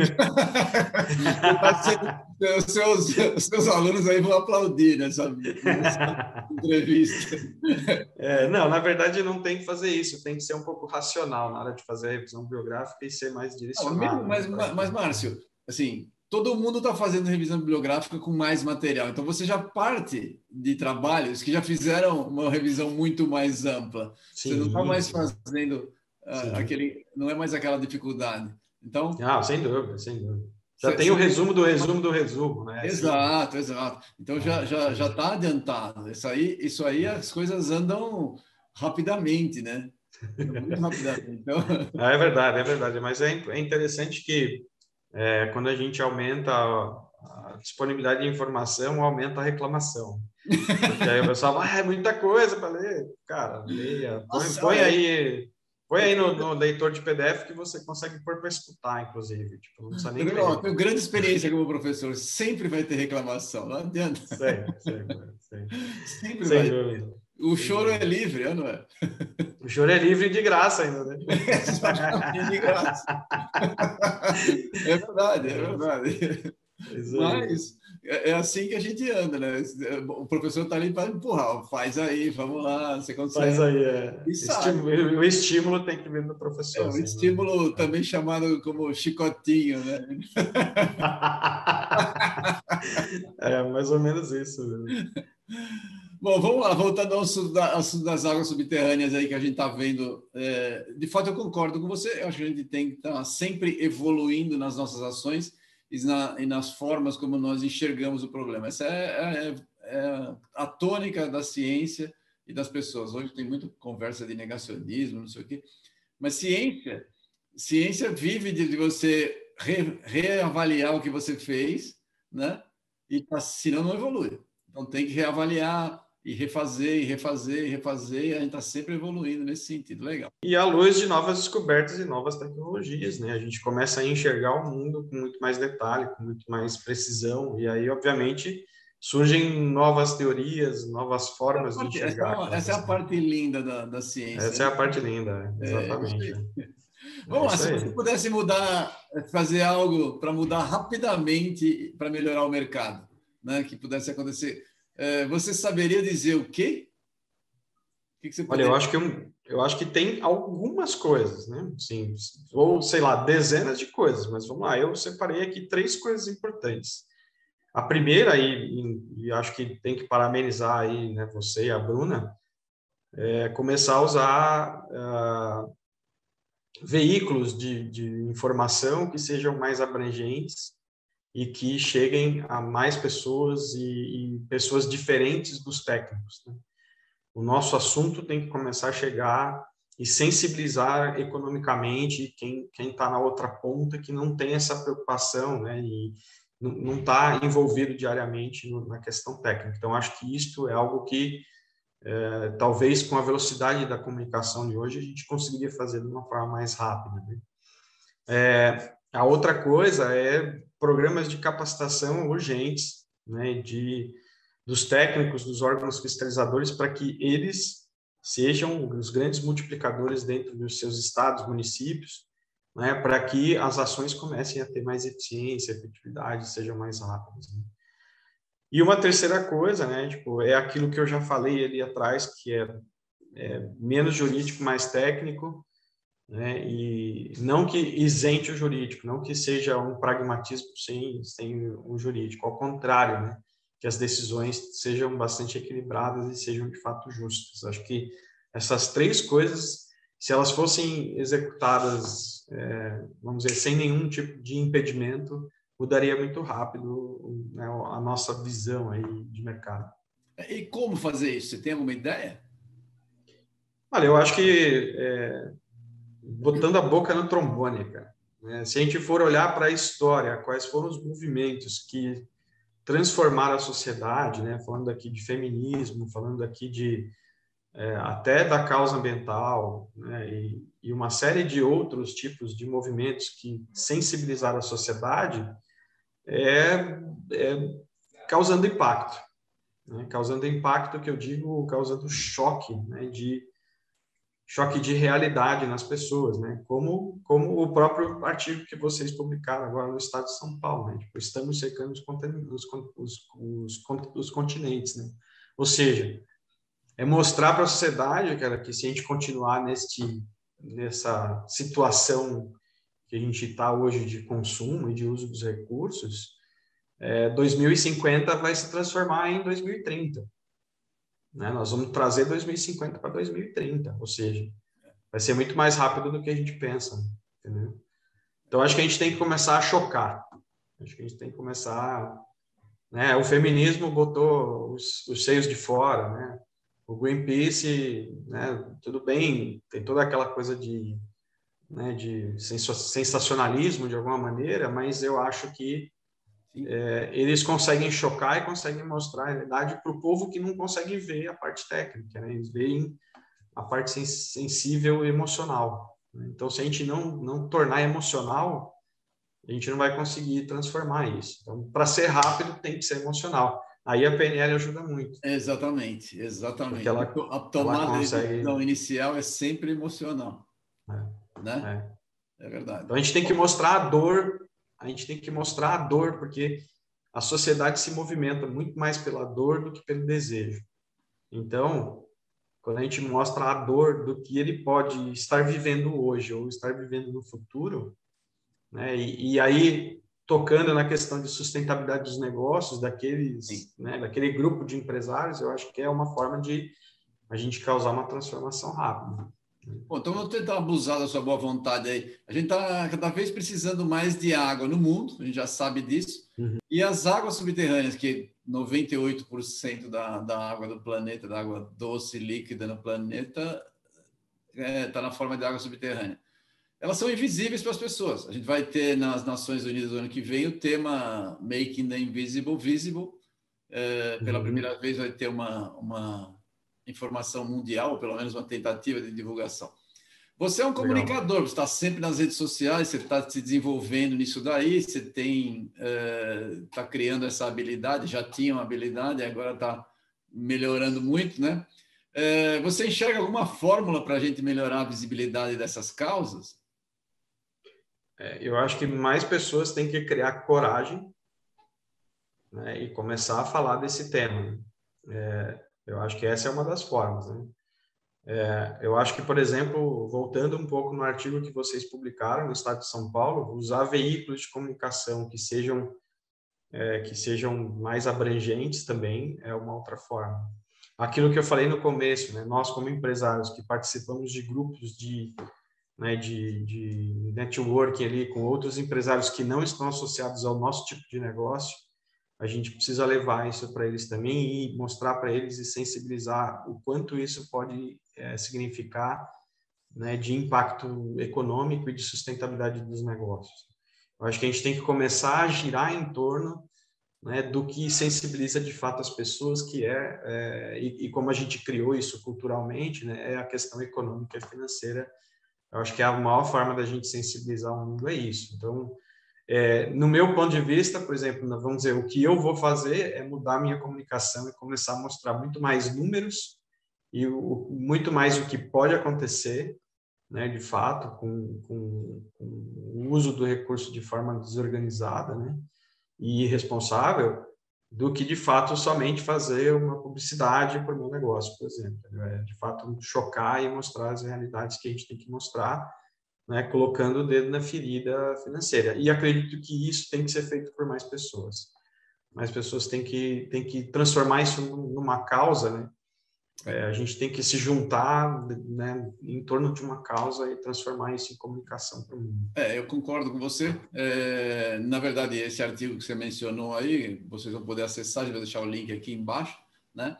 Speaker 1: Os seus, os seus alunos aí vão aplaudir nessa, nessa entrevista.
Speaker 2: É, não, na verdade não tem que fazer isso, tem que ser um pouco racional na hora de fazer a revisão bibliográfica e ser mais direcionado.
Speaker 1: Mas,
Speaker 2: né,
Speaker 1: mas, mas, Márcio, assim, todo mundo está fazendo revisão bibliográfica com mais material. Então, você já parte de trabalhos que já fizeram uma revisão muito mais ampla.
Speaker 2: Sim,
Speaker 1: você não está mais
Speaker 2: sim,
Speaker 1: fazendo uh, aquele... Não é mais aquela dificuldade. Então...
Speaker 2: Ah, sem dúvida, sem dúvida. Já
Speaker 1: cê,
Speaker 2: tem o resumo do resumo do resumo, né?
Speaker 1: Exato, assim, exato. Então, já já já está adiantado. Isso aí, isso aí, as coisas andam rapidamente, né? Muito rapidamente. Então...
Speaker 2: É verdade, é verdade. Mas é, é interessante que é, quando a gente aumenta a, a disponibilidade de informação, aumenta a reclamação. Porque aí o pessoal vai, ah, é muita coisa para ler. Cara, leia. Põe,
Speaker 1: Nossa,
Speaker 2: põe
Speaker 1: é...
Speaker 2: aí, põe aí no, no leitor de P D F que você consegue pôr para escutar, inclusive. Tipo, não precisa nem
Speaker 1: eu,
Speaker 2: ler.
Speaker 1: eu tenho grande experiência como professor. Sempre vai ter reclamação. Não adianta.
Speaker 2: Sempre, sempre. sempre.
Speaker 1: Sempre
Speaker 2: Sem
Speaker 1: vai.
Speaker 2: dúvida.
Speaker 1: O
Speaker 2: Sem
Speaker 1: choro
Speaker 2: dúvida.
Speaker 1: é livre, não é?
Speaker 2: O choro é livre de graça ainda, né?
Speaker 1: Exatamente, de graça. É verdade, é verdade. Mas é assim que a gente anda, né? O professor está ali para empurrar. Faz aí, vamos lá, você consegue.
Speaker 2: Faz aí, é.
Speaker 1: E
Speaker 2: estímulo, o estímulo tem que vir do professor.
Speaker 1: É um estímulo também chamado como chicotinho, né?
Speaker 2: É mais ou menos isso.
Speaker 1: Bom, vamos lá, voltando ao assunto, da, ao assunto das águas subterrâneas aí que a gente está vendo. É, de fato, eu concordo com você. Eu acho que a gente tem que estar sempre evoluindo nas nossas ações e, na, e nas formas como nós enxergamos o problema. Essa é, é, é a tônica da ciência e das pessoas. Hoje tem muita conversa de negacionismo, não sei o quê. Mas ciência, ciência vive de você re, reavaliar o que você fez, né? E senão não evolui. Então tem que reavaliar e refazer, e refazer, e refazer, e a gente está sempre evoluindo nesse sentido. Legal.
Speaker 2: E à luz de novas descobertas e novas tecnologias, né? A gente começa a enxergar o mundo com muito mais detalhe, com muito mais precisão, e aí, obviamente, surgem novas teorias, novas formas
Speaker 1: parte,
Speaker 2: de enxergar.
Speaker 1: Essa, essa é a parte linda da, da ciência.
Speaker 2: Essa
Speaker 1: né?
Speaker 2: é a parte linda, exatamente.
Speaker 1: É, Vamos
Speaker 2: É
Speaker 1: lá,
Speaker 2: isso
Speaker 1: se
Speaker 2: aí.
Speaker 1: você pudesse mudar, fazer algo para mudar rapidamente para melhorar o mercado, né, que pudesse acontecer, é, você saberia dizer o quê? O que que você
Speaker 2: Olha, eu
Speaker 1: poderia...
Speaker 2: acho que eu, eu acho que tem algumas coisas, né? Sim, ou sei lá, dezenas de coisas, mas vamos lá, eu separei aqui três coisas importantes. A primeira, e, e, e acho que tem que parabenizar aí, né, você e a Bruna, é começar a usar uh, veículos de, de informação que sejam mais abrangentes e que cheguem a mais pessoas e, e pessoas diferentes dos técnicos, né? O nosso assunto tem que começar a chegar e sensibilizar economicamente quem quem está na outra ponta, que não tem essa preocupação, né, e não está envolvido diariamente no, na questão técnica. Então, acho que isto é algo que, é, talvez com a velocidade da comunicação de hoje, a gente conseguiria fazer de uma forma mais rápida, né? É, a outra coisa é programas de capacitação urgentes, né, de dos técnicos, dos órgãos fiscalizadores, para que eles sejam os grandes multiplicadores dentro dos seus estados, municípios, né, para que as ações comecem a ter mais eficiência, efetividade, sejam mais rápidas, né? E uma terceira coisa, né, tipo, é aquilo que eu já falei ali atrás, que é, é menos jurídico, mais técnico, né, e não que isente o jurídico, não que seja um pragmatismo sem, sem o jurídico, ao contrário, né, que as decisões sejam bastante equilibradas e sejam de fato justas. Acho que essas três coisas, se elas fossem executadas, é, vamos dizer, sem nenhum tipo de impedimento, mudaria muito rápido, né, a nossa visão aí de mercado.
Speaker 1: E como fazer isso? Você tem alguma ideia?
Speaker 2: Olha, eu acho que é, botando a boca no trombone, cara, né? Se a gente for olhar para a história, quais foram os movimentos que transformaram a sociedade, né? Falando aqui de feminismo, falando aqui de é, até da causa ambiental, né? E, e uma série de outros tipos de movimentos que sensibilizaram a sociedade, é, é causando impacto, né? Causando impacto, que eu digo, causando choque, né? De choque de realidade nas pessoas, né? Como como o próprio artigo que vocês publicaram agora no Estado de São Paulo, né? Tipo, estamos secando os, os, os, os, os continentes, né? Ou seja, é mostrar para a sociedade, cara, que se a gente continuar neste nessa situação que a gente está hoje de consumo e de uso dos recursos, é, dois mil e cinquenta vai se transformar em dois mil e trinta, né? Nós vamos trazer dois mil e cinquenta para dois mil e trinta, ou seja, vai ser muito mais rápido do que a gente pensa, entendeu? Então, acho que a gente tem que começar a chocar. Acho que a gente tem que começar... Né? O feminismo botou os, os seios de fora, né? O Greenpeace, né? Tudo bem, tem toda aquela coisa de, né, de sensacionalismo, de alguma maneira, mas eu acho que é, eles conseguem chocar e conseguem mostrar a realidade para o povo que não consegue ver a parte técnica, né? Eles veem a parte sensível e emocional. Então, se a gente não, não tornar emocional, a gente não vai conseguir transformar isso. Então, para ser rápido, tem que ser emocional. Aí a P N L ajuda muito.
Speaker 1: Exatamente,
Speaker 2: Porque
Speaker 1: exatamente.
Speaker 2: ela,
Speaker 1: A
Speaker 2: ela
Speaker 1: tomada de
Speaker 2: consegue...
Speaker 1: decisão inicial é sempre emocional,
Speaker 2: É,
Speaker 1: né?
Speaker 2: é.
Speaker 1: É verdade.
Speaker 2: Então, a gente tem que mostrar a dor, a gente tem que mostrar a dor, porque a sociedade se movimenta muito mais pela dor do que pelo desejo. Então, quando a gente mostra a dor do que ele pode estar vivendo hoje ou estar vivendo no futuro, né? E, e aí, tocando na questão de sustentabilidade dos negócios, daqueles, né, daquele grupo de empresários, eu acho que é uma forma de a gente causar uma transformação rápida.
Speaker 1: Bom, então vamos tentar abusar da sua boa vontade aí. A gente está cada vez precisando mais de água no mundo, a gente já sabe disso.
Speaker 2: Uhum.
Speaker 1: E as águas subterrâneas, que noventa e oito por cento da, da água do planeta, da água doce líquida no planeta, está é, tá na forma de água subterrânea. Elas são invisíveis para as pessoas. A gente vai ter nas Nações Unidas no ano que vem o tema Making the Invisible Visible. É, pela
Speaker 2: Uhum.
Speaker 1: primeira vez vai ter uma, uma informação mundial, ou pelo menos uma tentativa de divulgação. Você é um comunicador, Legal. Você está sempre nas redes sociais, você está se desenvolvendo nisso daí, você tem está é, criando essa habilidade, já tinha uma habilidade, agora está melhorando muito, né? É, você enxerga alguma fórmula para a gente melhorar a visibilidade dessas causas?
Speaker 2: é, eu acho que mais pessoas têm que criar coragem, né, e começar a falar desse tema. É, eu acho que essa é uma das formas, né? É, eu acho que, por exemplo, voltando um pouco no artigo que vocês publicaram no Estado de São Paulo, usar veículos de comunicação que sejam, é, que sejam mais abrangentes também é uma outra forma. Aquilo que eu falei no começo, né? Nós, como empresários que participamos de grupos de, né, de, de networking ali com outros empresários que não estão associados ao nosso tipo de negócio, a gente precisa levar isso para eles também e mostrar para eles e sensibilizar o quanto isso pode é, significar, né, de impacto econômico e de sustentabilidade dos negócios. Eu acho que a gente tem que começar a girar em torno, né, do que sensibiliza de fato as pessoas, que é, é e, e como a gente criou isso culturalmente, né, é a questão econômica e financeira. Eu acho que a maior forma da gente sensibilizar o mundo é isso. Então, É, no meu ponto de vista, por exemplo, vamos dizer, o que eu vou fazer é mudar a minha comunicação e começar a mostrar muito mais números e o, muito mais o que pode acontecer, né, de fato, com, com, com o uso do recurso de forma desorganizada, né, e irresponsável, do que, de fato, somente fazer uma publicidade para o meu negócio, por exemplo. É, de fato, chocar e mostrar as realidades que a gente tem que mostrar, né, colocando o dedo na ferida financeira. E acredito que isso tem que ser feito por mais pessoas. Mais pessoas têm que, têm que transformar isso numa causa, né? É, a gente tem que se juntar, né, em torno de uma causa e transformar isso em comunicação para o mundo.
Speaker 1: É, eu concordo com você. É, na verdade, esse artigo que você mencionou aí, vocês vão poder acessar, a gente vai deixar o link aqui embaixo, né?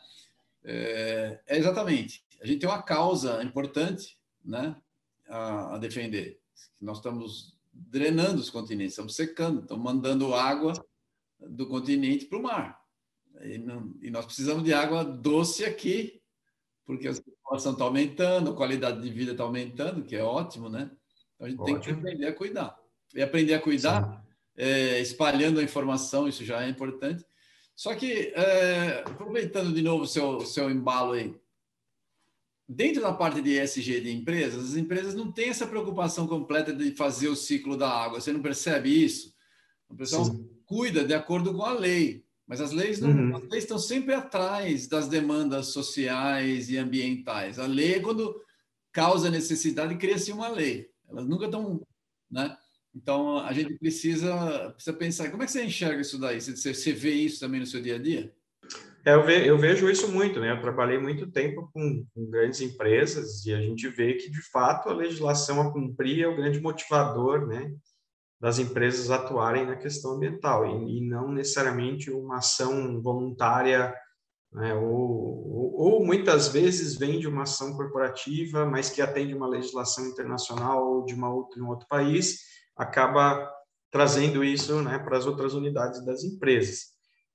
Speaker 1: É, é exatamente. A gente tem uma causa importante, né, a, a defender. Nós estamos drenando os continentes, estamos secando, estamos mandando água do continente para o mar. E, não, e nós precisamos de água doce aqui, porque a população está aumentando, a qualidade de vida está aumentando, que é ótimo, né? Então a gente
Speaker 2: Ótimo.
Speaker 1: tem que aprender a cuidar. E aprender a cuidar, é, espalhando a informação, isso já é importante. Só que, é, aproveitando de novo o seu, seu embalo aí, dentro da parte de E S G de empresas, as empresas não têm essa preocupação completa de fazer o ciclo da água. Você não percebe isso? O pessoal Sim. cuida de acordo com a lei, mas as leis, não, uhum. as leis estão sempre atrás das demandas sociais e ambientais. A lei é quando causa necessidade, cria-se uma lei. Elas nunca estão, né? Então, a gente precisa, precisa pensar. Como é que você enxerga isso daí? Você, você vê isso também no seu dia a dia?
Speaker 2: É, eu, ve, eu vejo isso muito, né? Eu trabalhei muito tempo com, com grandes empresas e a gente vê que, de fato, a legislação a cumprir é o grande motivador, né, das empresas atuarem na questão ambiental e, e não necessariamente uma ação voluntária, né, ou, ou, ou muitas vezes vem de uma ação corporativa, mas que atende uma legislação internacional ou de, uma outra, de um outro país, acaba trazendo isso, né, para as outras unidades das empresas.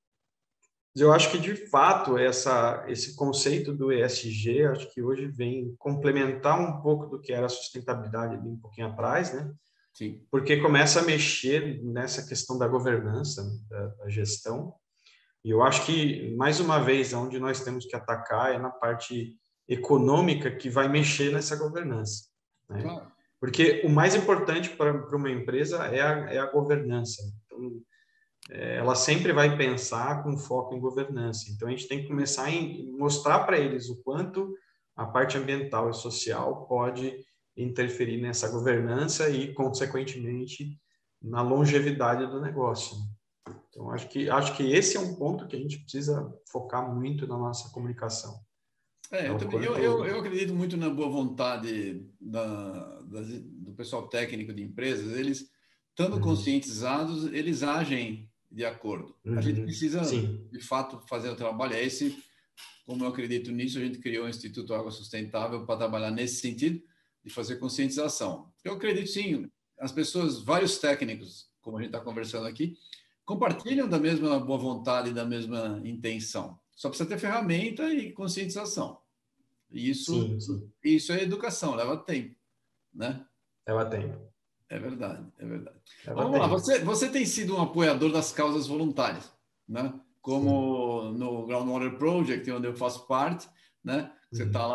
Speaker 2: Eu acho que, de fato, essa, esse conceito do E S G, acho que hoje vem complementar um pouco do que era a sustentabilidade ali um pouquinho atrás, né?
Speaker 1: Sim.
Speaker 2: Porque começa a mexer nessa questão da governança, da, da gestão. E eu acho que, mais uma vez, onde nós temos que atacar é na parte econômica que vai mexer nessa governança, né?
Speaker 1: Claro.
Speaker 2: Porque o mais importante para, para uma empresa é a, é a governança. Então, ela sempre vai pensar com foco em governança. Então, a gente tem que começar a mostrar para eles o quanto a parte ambiental e social pode interferir nessa governança e, consequentemente, na longevidade do negócio. Então, acho que, acho que esse é um ponto que a gente precisa focar muito na nossa comunicação.
Speaker 1: É, eu, também, eu, eu, eu acredito muito na boa vontade da, da, do pessoal técnico de empresas. Eles, estando uhum. conscientizados, eles agem de acordo. Uhum. A gente precisa, Sim. de fato, fazer o trabalho. É esse, como eu acredito nisso, a gente criou o Instituto Água Sustentável para trabalhar nesse sentido, de fazer conscientização. Eu acredito, sim, as pessoas, vários técnicos, como a gente está conversando aqui, compartilham da mesma boa vontade e da mesma intenção. Só precisa ter ferramenta e conscientização. E isso, sim, sim. isso é educação, leva tempo, né?
Speaker 2: Leva tempo.
Speaker 1: É verdade, é verdade.
Speaker 2: Leva
Speaker 1: Vamos
Speaker 2: tempo.
Speaker 1: lá, você, você tem sido um apoiador das causas voluntárias, né? Como sim. no Groundwater Project, onde eu faço parte, né? Você está uhum. lá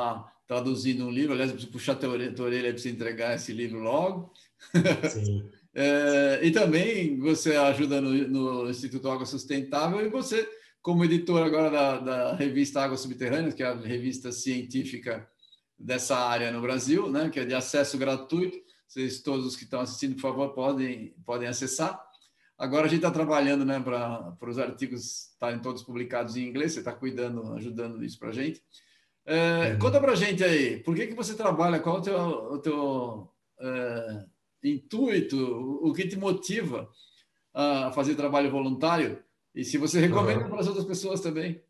Speaker 1: traduzindo um livro. Aliás, eu preciso puxar a tua orelha para você entregar esse livro logo.
Speaker 2: Sim.
Speaker 1: É, e também você ajuda no, no Instituto Água Sustentável, e você, como editor agora da, da revista Águas Subterrâneas, que é a revista científica dessa área no Brasil, né, que é de acesso gratuito. Vocês, todos os que estão assistindo, por favor, podem, podem acessar. Agora a gente está trabalhando, né, para os artigos estarem todos publicados em inglês. Você está cuidando, ajudando isso para a gente. É,
Speaker 2: Uhum.
Speaker 1: conta para a gente aí, por que, que você trabalha, qual é o teu, o teu é, intuito, o, o que te motiva a fazer trabalho voluntário, e se você recomenda
Speaker 2: Uhum.
Speaker 1: para as outras pessoas também.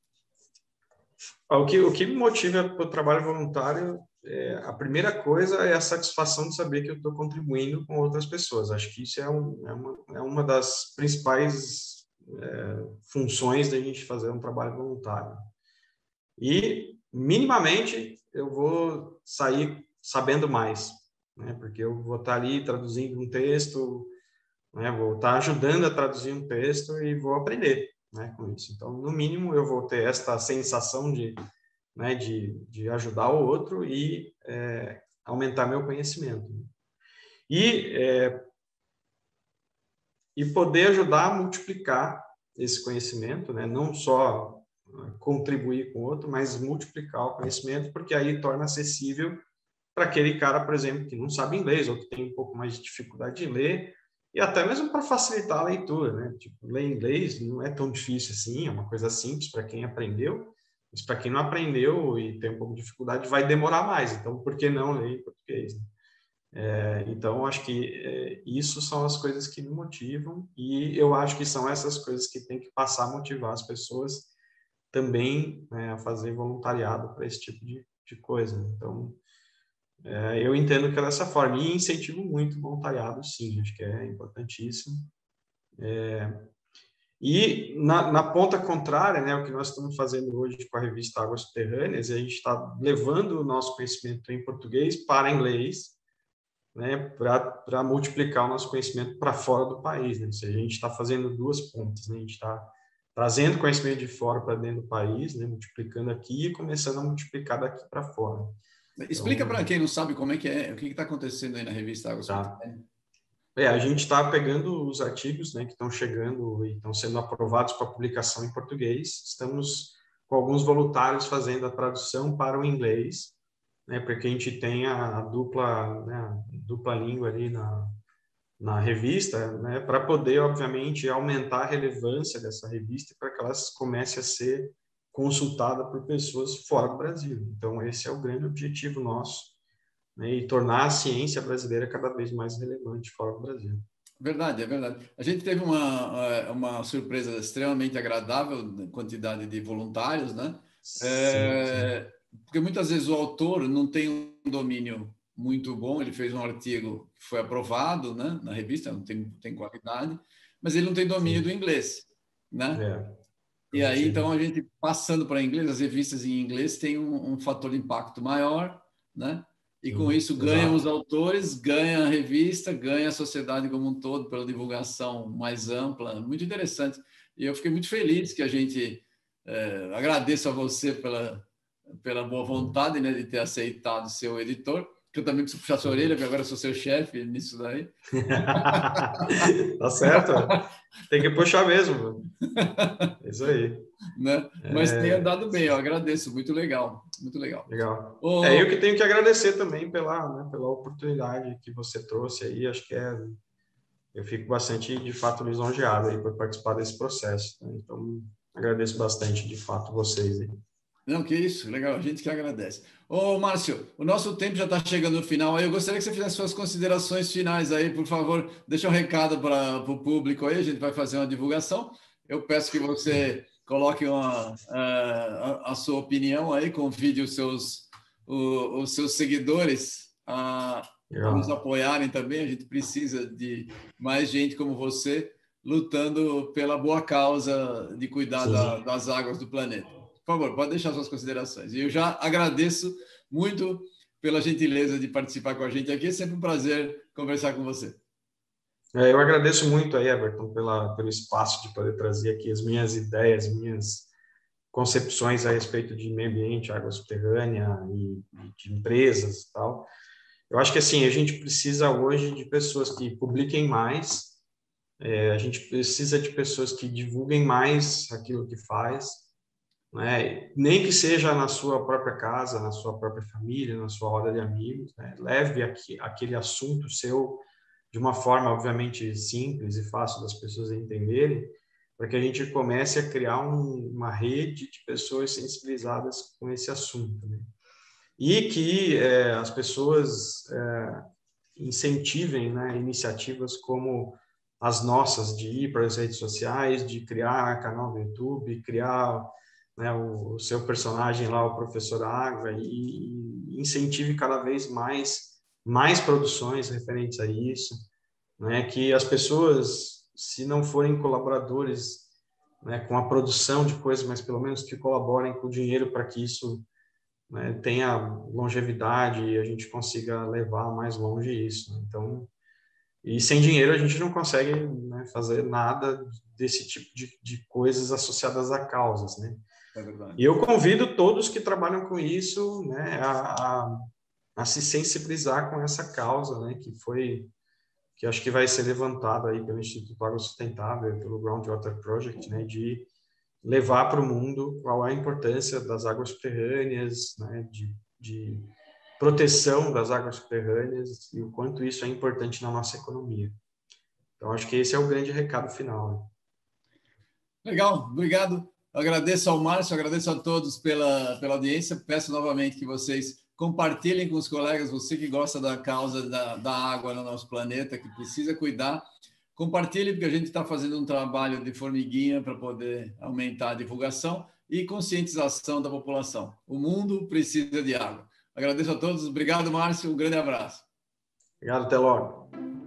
Speaker 2: O que, o que me motiva para o trabalho voluntário, é, a primeira coisa é a satisfação de saber que eu estou contribuindo com outras pessoas. Acho que isso é, um, é, uma, é uma das principais é, funções da gente fazer um trabalho voluntário. E, minimamente, eu vou sair sabendo mais, né? Porque eu vou estar ali traduzindo um texto, né? Vou estar ajudando a traduzir um texto e vou aprender, né, com isso. Então, no mínimo, eu vou ter esta sensação de, né, de, de ajudar o outro e é, aumentar meu conhecimento. E, é, e poder ajudar a multiplicar esse conhecimento, né, não só contribuir com o outro, mas multiplicar o conhecimento, porque aí torna acessível para aquele cara, por exemplo, que não sabe inglês ou que tem um pouco mais de dificuldade de ler, e até mesmo para facilitar a leitura, né? Tipo, ler inglês não é tão difícil assim, é uma coisa simples para quem aprendeu, mas para quem não aprendeu e tem um pouco de dificuldade, vai demorar mais. Então, por que não ler em português? Né? É, então, acho que é, isso são as coisas que me motivam, e eu acho que são essas coisas que tem que passar a motivar as pessoas também, né, a fazer voluntariado para esse tipo de, de coisa. Então, é, eu entendo que é dessa forma, e incentivo muito o voluntariado, sim, acho que é importantíssimo. É, e na, na ponta contrária, né, o que nós estamos fazendo hoje com a revista Águas Subterrâneas, a gente está levando o nosso conhecimento em português para inglês, né, para multiplicar o nosso conhecimento para fora do país. Né? Ou seja, a gente está fazendo duas pontas, né? A gente está trazendo conhecimento de fora para dentro do país, né, multiplicando aqui e começando a multiplicar daqui para fora.
Speaker 1: Explica
Speaker 2: Então,
Speaker 1: para quem não sabe como é que é, o que está acontecendo aí na revista Água
Speaker 2: tá.
Speaker 1: Subterrânea.
Speaker 2: É, a gente está pegando os artigos, né, que estão chegando e estão sendo aprovados para publicação em português. Estamos com alguns voluntários fazendo a tradução para o inglês, né, porque a gente tem a, a dupla, né, a dupla língua ali na, na revista, né, para poder, obviamente, aumentar a relevância dessa revista para que ela comece a ser consultada por pessoas fora do Brasil. Então, esse é o grande objetivo nosso, né, e tornar a ciência brasileira cada vez mais relevante fora do Brasil.
Speaker 1: Verdade, é verdade. A gente teve uma, uma surpresa extremamente agradável na quantidade de voluntários, né?
Speaker 2: Sim, sim.
Speaker 1: É, porque muitas vezes o autor não tem um domínio muito bom, ele fez um artigo que foi aprovado, né, na revista, não tem, tem qualidade, mas ele não tem domínio do
Speaker 2: Sim.
Speaker 1: inglês, né?
Speaker 2: É,
Speaker 1: E aí, então,
Speaker 2: sim.
Speaker 1: a gente passando para inglês, as revistas em inglês têm um, um fator de impacto maior, né? E com
Speaker 2: Sim,
Speaker 1: isso ganham os
Speaker 2: exato.
Speaker 1: autores, ganha a revista, ganha a sociedade como um todo pela divulgação mais ampla. Muito interessante. E eu fiquei muito feliz que a gente é, agradeço a você pela, pela boa vontade, né, de ter aceitado ser o editor, que eu também preciso puxar sua orelha, porque agora eu sou seu chefe nisso daí.
Speaker 2: Tá certo. Tem que puxar mesmo. É isso aí.
Speaker 1: Né? Mas tem
Speaker 2: É,
Speaker 1: andado bem, eu agradeço, muito legal, muito legal.
Speaker 2: legal. É,
Speaker 1: Ô,
Speaker 2: eu que tenho que agradecer também pela, né, pela oportunidade que você trouxe aí. Acho que é, eu fico bastante, de fato, lisonjeado aí por participar desse processo. Né? Então, agradeço bastante, de fato, vocês aí.
Speaker 1: não, que isso, legal, a gente que agradece. Ô, Márcio, o nosso tempo já está chegando no final aí. Eu gostaria que você fizesse suas considerações finais aí, por favor. Deixa um recado para o público aí, a gente vai fazer uma divulgação. Eu peço que você coloque uma, a, a sua opinião aí, convide os seus, o, os seus seguidores a, a nos
Speaker 2: Legal.
Speaker 1: apoiarem também. A gente precisa de mais gente como você lutando pela boa causa de cuidar da,
Speaker 2: Sim.
Speaker 1: das águas do planeta. Por favor, pode deixar suas considerações. E eu já agradeço muito pela gentileza de participar com a gente aqui. É sempre um prazer conversar com você.
Speaker 2: É, eu agradeço muito aí, Everton, pela, pelo espaço de poder trazer aqui as minhas ideias, minhas concepções a respeito de meio ambiente, água subterrânea e, e de empresas e tal. Eu acho que assim, a gente precisa hoje de pessoas que publiquem mais, é, a gente precisa de pessoas que divulguem mais aquilo que faz, né? Nem que seja na sua própria casa, na sua própria família, na sua roda de amigos, né? Leve aqui, aquele assunto seu de uma forma, obviamente, simples e fácil das pessoas entenderem, para que a gente comece a criar um, uma rede de pessoas sensibilizadas com esse assunto, né? E que é, as pessoas é, incentivem, né, iniciativas como as nossas, de ir para as redes sociais, de criar canal no YouTube, criar, né, o, o seu personagem lá, o Professor Água, e, e incentive cada vez mais, mais produções referentes a isso, né, que as pessoas, se não forem colaboradores, né, com a produção de coisas, mas pelo menos que colaborem com o dinheiro para que isso, né, tenha longevidade e a gente consiga levar mais longe isso, né? Então, e sem dinheiro a gente não consegue, né, fazer nada desse tipo de, de coisas associadas a causas, né?
Speaker 1: É verdade.
Speaker 2: E eu convido todos que trabalham com isso, né, a, a, a se sensibilizar com essa causa, né, que foi, que acho que vai ser levantada aí pelo Instituto Água Sustentável, pelo Groundwater Project, né, de levar para o mundo qual é a importância das águas subterrâneas, né, de, de proteção das águas subterrâneas e o quanto isso é importante na nossa economia. Então, acho que esse é o grande recado final, né?
Speaker 1: Legal, obrigado. Eu agradeço ao Márcio, agradeço a todos pela, pela audiência. Peço novamente que vocês compartilhem com os colegas, você que gosta da causa da, da água no nosso planeta, que precisa cuidar. Compartilhe, porque a gente está fazendo um trabalho de formiguinha para poder aumentar a divulgação e conscientização da população. O mundo precisa de água. Agradeço a todos. Obrigado, Márcio. Um grande abraço.
Speaker 2: Obrigado, até logo.